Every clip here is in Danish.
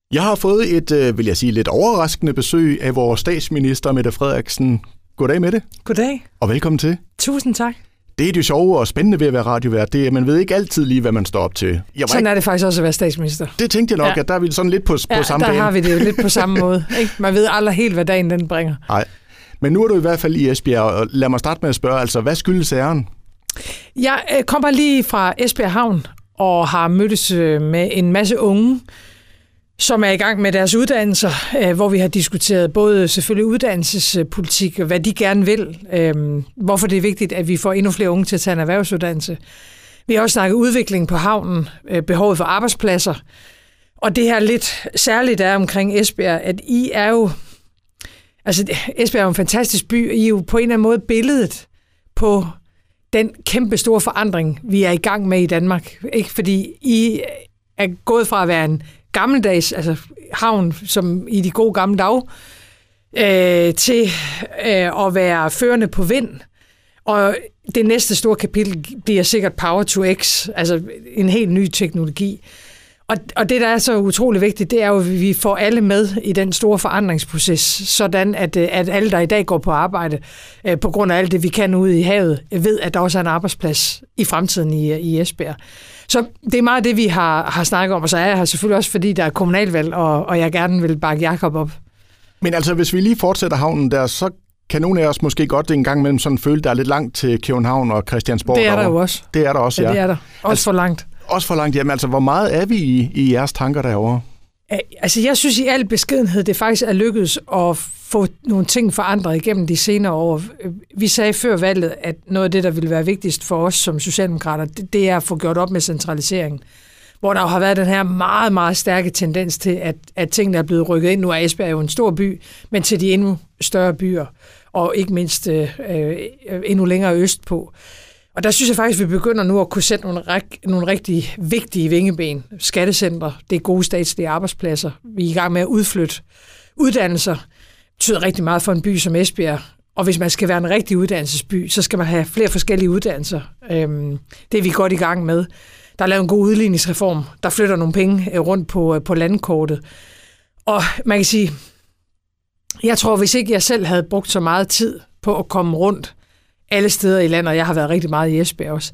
Jeg har fået et, vil jeg sige, lidt overraskende besøg af vores statsminister, Mette Frederiksen. Goddag, Mette. Goddag. Og velkommen til. Tusind tak. Det er det sjove og spændende ved at være radiovært. Det er, man ved ikke altid lige, hvad man står op til. Sådan er det faktisk også at være statsminister. Det tænkte jeg nok, at der er vi sådan lidt på samme der bane. har vi det jo lidt på samme måde. Ikke? Man ved aldrig helt, hvad dagen den bringer. Nej, men nu er du i hvert fald i Esbjerg, og lad mig starte med at spørge, altså, hvad skyldes æren? Jeg kommer lige fra Esbjerg Havn og har mødtes med en masse unge, som er i gang med deres uddannelser, hvor vi har diskuteret både selvfølgelig uddannelsespolitik og hvad de gerne vil. Hvorfor det er vigtigt, at vi får endnu flere unge til at tage en erhvervsuddannelse. Vi har også snakket udvikling på havnen, behovet for arbejdspladser. Og det her lidt særligt er omkring Esbjerg, at I er jo... Altså, Esbjerg er jo en fantastisk by, I er jo på en eller anden måde billedet på den kæmpe store forandring, vi er i gang med i Danmark. Ikke fordi I er gået fra at være en gammeldags, altså havn, som i de gode gamle dage, til at være førende på vind. Og det næste store kapitel bliver sikkert Power to X, altså en helt ny teknologi. Og det, der er så utrolig vigtigt, det er jo, at vi får alle med i den store forandringsproces, sådan at alle, der i dag går på arbejde, på grund af alt det, vi kan ude i havet, ved, at der også er en arbejdsplads i fremtiden i Esbjerg. Så det er meget det, vi har snakket om, og så er jeg her selvfølgelig også, fordi der er kommunalvalg, og jeg gerne vil bakke Jakob op. Men altså, hvis vi lige fortsætter havnen der, så kan nogle af os måske godt en gang imellem sådan føle, der er lidt langt til København og Christiansborg. Det er der jo også. Det er der også, ja. Det er der. Også for langt. Også for langt, jamen altså, hvor meget er vi i jeres tanker derovre? Altså, jeg synes i al beskedenhed, det faktisk er lykkedes at få nogle ting forandret igennem de senere år. Vi sagde før valget, at noget af det, der ville være vigtigst for os som socialdemokrater, det er at få gjort op med centraliseringen. Hvor der jo har været den her meget, meget stærke tendens til, at tingene er blevet rykket ind. Nu er Esbjerg jo en stor by, men til de endnu større byer, og ikke mindst endnu længere østpå. Og der synes jeg faktisk, at vi begynder nu at kunne sætte nogle rigtig vigtige vingeben. Skattecentre, det er gode statslige arbejdspladser. Vi er i gang med at udflytte uddannelser. Det betyder rigtig meget for en by som Esbjerg. Og hvis man skal være en rigtig uddannelsesby, så skal man have flere forskellige uddannelser. Det er vi godt i gang med. Der er lavet en god udligningsreform. Der flytter nogle penge rundt på landkortet. Og man kan sige, jeg tror, hvis ikke jeg selv havde brugt så meget tid på at komme rundt alle steder i landet, og jeg har været rigtig meget i Esbjerg også,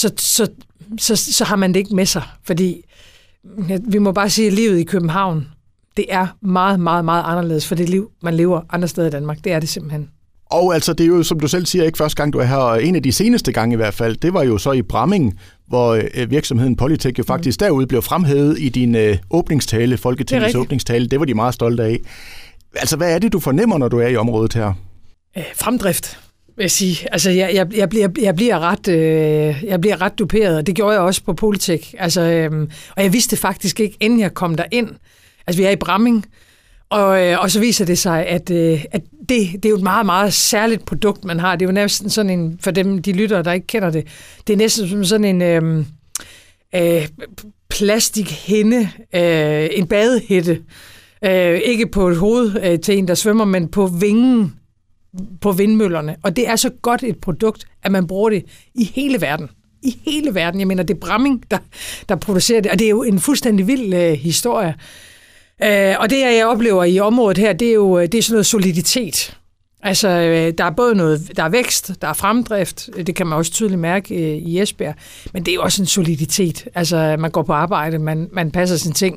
så har man det ikke med sig. Fordi vi må bare sige, at livet i København, det er meget, meget, meget anderledes for det liv, man lever andre steder i Danmark. Det er det simpelthen. Og altså, det er jo, som du selv siger, ikke første gang, du er her, og en af de seneste gange i hvert fald, det var jo så i Bramming, hvor virksomheden Polytech jo faktisk derude blev fremhævet i din åbningstale, Folketingets åbningstale. Det var de meget stolte af. Altså, hvad er det, du fornemmer, når du er i området her? Fremdrift, vil jeg sige. Altså, jeg bliver ret duperet, og det gjorde jeg også på Polytech. Altså, og jeg vidste faktisk ikke, inden jeg kom derind. Altså, vi er i Bramming, og så viser det sig, at det er jo et meget, meget særligt produkt, man har. Det er jo næsten sådan en, for dem, de lyttere, der ikke kender det, det er næsten som sådan en plastikhænde, en badehætte. Ikke på et hoved til en, der svømmer, men på vingen på vindmøllerne. Og det er så godt et produkt, at man bruger det i hele verden. I hele verden. Jeg mener, det er Bramming, der producerer det, og det er jo en fuldstændig vild historie. Og det, jeg oplever i området her, det er sådan noget soliditet. Altså, der er både der er vækst, der er fremdrift, det kan man også tydeligt mærke i Esbjerg, men det er jo også en soliditet. Altså, man går på arbejde, man passer sine ting,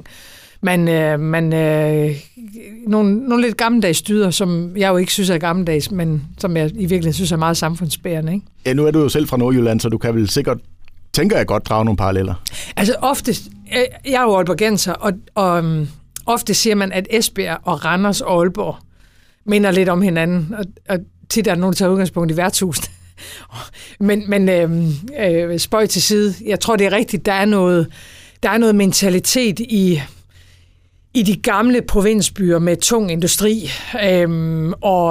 nogle lidt gammeldags dyder, som jeg jo ikke synes er gammeldags, men som jeg i virkeligheden synes er meget samfundsbærende, ikke? Ja, nu er du jo selv fra Nordjylland, så du kan vel sikkert, tænker jeg godt, drage nogle paralleller. Altså ofte, jeg er jo aalborgenser, og ofte siger man, at Esbjerg og Randers og Aalborg minder lidt om hinanden, og tit er der nogen, der tager udgangspunkt i værtshuset. men spøj til side, jeg tror, det er rigtigt, der er noget mentalitet i de gamle provinsbyer med tung industri, og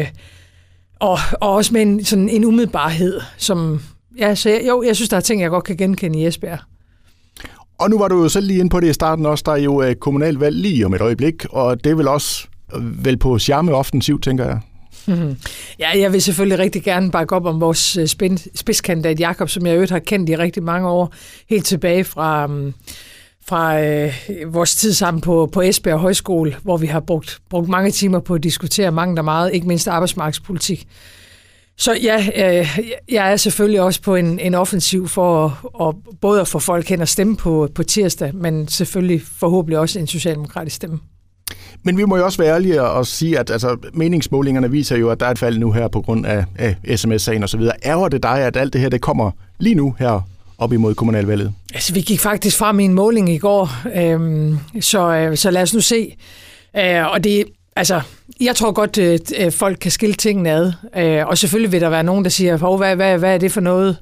også med sådan en umiddelbarhed, som, ja, så jeg synes, der er ting, jeg godt kan genkende i Esbjerg. Og nu var du jo selv lige inde på det i starten også, der er jo kommunalvalg lige om et øjeblik, og det er vel også vel på charme offensiv, tænker jeg. Mm-hmm. Ja, jeg vil selvfølgelig rigtig gerne bakke op om vores spidskandidat Jakob, som jeg i øvrigt har kendt i rigtig mange år, helt tilbage fra vores tid sammen på Esbjerg Højskole, hvor vi har brugt mange timer på at diskutere mangt og meget, ikke mindst arbejdsmarkedspolitik. Så ja, jeg er selvfølgelig også på en offensiv for både at få folk hen og stemme på tirsdag, men selvfølgelig forhåbentlig også en socialdemokratisk stemme. Men vi må jo også være ærlige og sige, at altså, meningsmålingerne viser jo, at der er et fald nu her på grund af sms-sagen osv. Ærger det dig, at alt det her det kommer lige nu her op imod kommunalvalget? Altså, vi gik faktisk frem i en måling i går, så lad os nu se. Og det, altså, jeg tror godt, at folk kan skille tingene ad. Og selvfølgelig vil der være nogen, der siger, hvad er det for noget?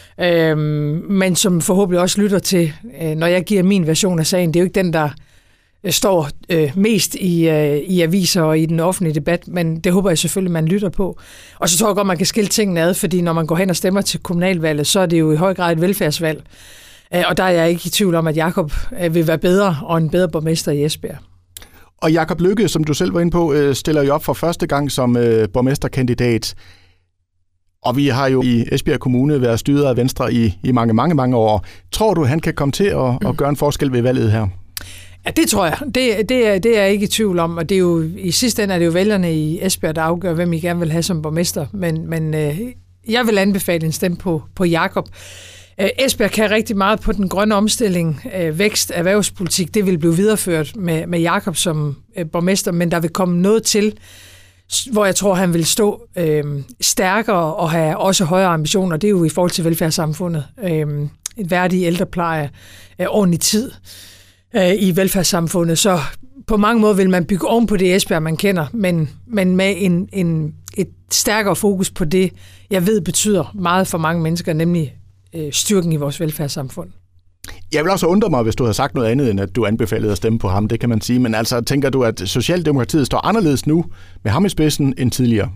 Men som forhåbentlig også lytter til, når jeg giver min version af sagen. Det er jo ikke den, der står mest i aviser og i den offentlige debat, men det håber jeg selvfølgelig, man lytter på. Og så tror jeg godt, man kan skille tingene ad, fordi når man går hen og stemmer til kommunalvalget, så er det jo i høj grad et velfærdsvalg. Og der er jeg ikke i tvivl om, at Jakob vil være bedre og en bedre borgmester i Esbjerg. Og Jakob Lykke, som du selv var inde på, stiller jo op for første gang som borgmesterkandidat. Og vi har jo i Esbjerg Kommune været styret af Venstre i mange år. Tror du, han kan komme til at gøre en forskel ved valget her? Ja, det tror jeg. Det er jeg ikke i tvivl om, og det er jo, i sidste ende er det jo vælgerne i Esbjerg, der afgør, hvem I gerne vil have som borgmester. Men jeg vil anbefale en stemme på Jakob. Esbjerg kan rigtig meget på den grønne omstilling, vækst, erhvervspolitik. Det vil blive videreført med Jakob som borgmester, men der vil komme noget til, hvor jeg tror, han vil stå stærkere og have også højere ambitioner. Det er jo i forhold til velfærdssamfundet. Et værdig ældrepleje, ordentlig tid i velfærdssamfundet. Så på mange måder vil man bygge oven på det Esbjerg, man kender, men med et stærkere fokus på det, jeg ved betyder meget for mange mennesker, nemlig styrken i vores velfærdssamfund. Jeg vil også undre mig, hvis du havde sagt noget andet, end at du anbefalede at stemme på ham, det kan man sige. Men altså, tænker du, at Socialdemokratiet står anderledes nu med ham i spidsen end tidligere?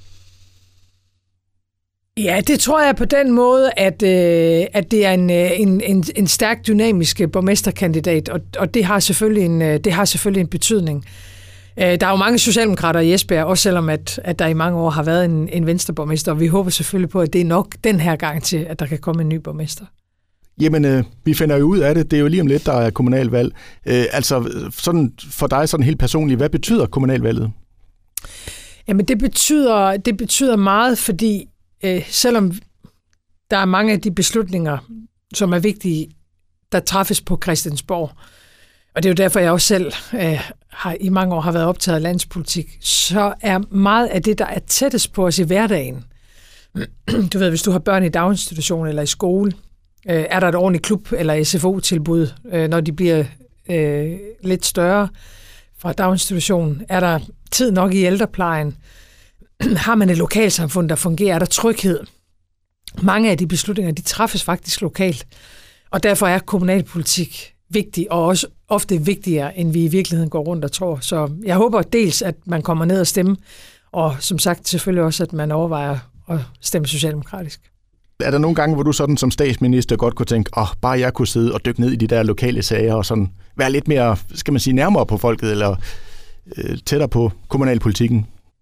Ja, det tror jeg på den måde, at det er en stærk dynamisk borgmesterkandidat, og det har selvfølgelig en betydning. Der er jo mange socialdemokrater i Esbjerg, også selvom at der i mange år har været en venstreborgmester, og vi håber selvfølgelig på, at det er nok den her gang til, at der kan komme en ny borgmester. Jamen, vi finder jo ud af det. Det er jo lige om lidt, der er kommunalvalg. Altså, sådan for dig sådan helt personligt, hvad betyder kommunalvalget? Jamen, det betyder meget, fordi selvom der er mange af de beslutninger, som er vigtige, der træffes på Christiansborg, og det er jo derfor, jeg også selv i mange år har været optaget af landspolitik, så er meget af det, der er tættest på os i hverdagen. Du ved, hvis du har børn i daginstitution eller i skole, er der et ordentligt klub- eller SFO-tilbud, når de bliver lidt større fra daginstitutionen? Er der tid nok i ældreplejen? Har man et lokalsamfund, der fungerer? Er der tryghed? Mange af de beslutninger, de træffes faktisk lokalt, og derfor er kommunalpolitik vigtig, og også ofte vigtigere, end vi i virkeligheden går rundt og tror. Så jeg håber dels, at man kommer ned og stemme, og som sagt selvfølgelig også, at man overvejer at stemme socialdemokratisk. Er der nogle gange, hvor du sådan som statsminister godt kunne tænke, bare jeg kunne sidde og dykke ned i de der lokale sager, og sådan være lidt mere, skal man sige, nærmere på folket, eller tættere på kommunalpolitikken?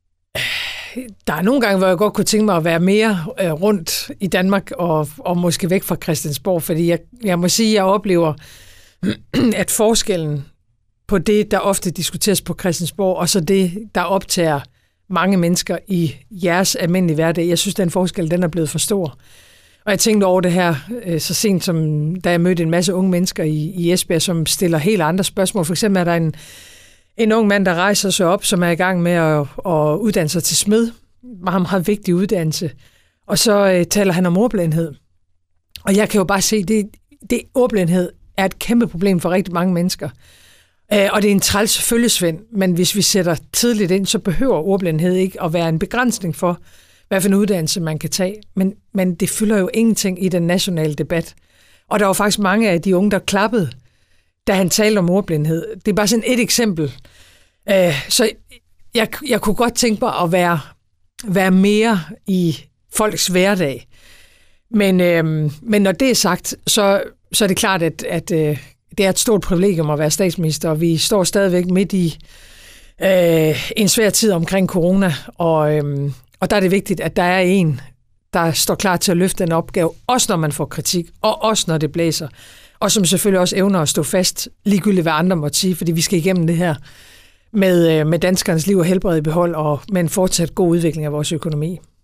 Der er nogle gange, hvor jeg godt kunne tænke mig at være mere rundt i Danmark, og måske væk fra Christiansborg, fordi jeg må sige, at jeg oplever, at forskellen på det, der ofte diskuteres på Christiansborg, og så det, der optager mange mennesker i jeres almindelige hverdag, jeg synes, den forskel, den er blevet for stor. Og jeg tænkte over det her så sent som, da jeg mødte en masse unge mennesker i Esbjerg, som stiller helt andre spørgsmål. For eksempel er der en ung mand, der rejser sig op, som er i gang med at uddanne sig til smed. Han har en vigtig uddannelse. Og så taler han om ordblindhed. Og jeg kan jo bare se, det ordblindhed er et kæmpe problem for rigtig mange mennesker. Og det er en træls følgesvend, men hvis vi sætter tidligt ind, så behøver ordblindhed ikke at være en begrænsning for, hvad for en uddannelse man kan tage. Men det fylder jo ingenting i den nationale debat. Og der var faktisk mange af de unge, der klappede, da han talte om ordblindhed. Det er bare sådan et eksempel. Så jeg kunne godt tænke mig at være mere i folks hverdag. Men når det er sagt, så er det klart, at det er et stort privilegium at være statsminister, og vi står stadigvæk midt i en svær tid omkring corona, og der er det vigtigt, at der er en, der står klar til at løfte den opgave, også når man får kritik, og også når det blæser. og som selvfølgelig også evner at stå fast, ligegyldigt hvad andre måtte sige, fordi vi skal igennem det her med danskernes liv og helbred i behold, og med en fortsat god udvikling af vores økonomi.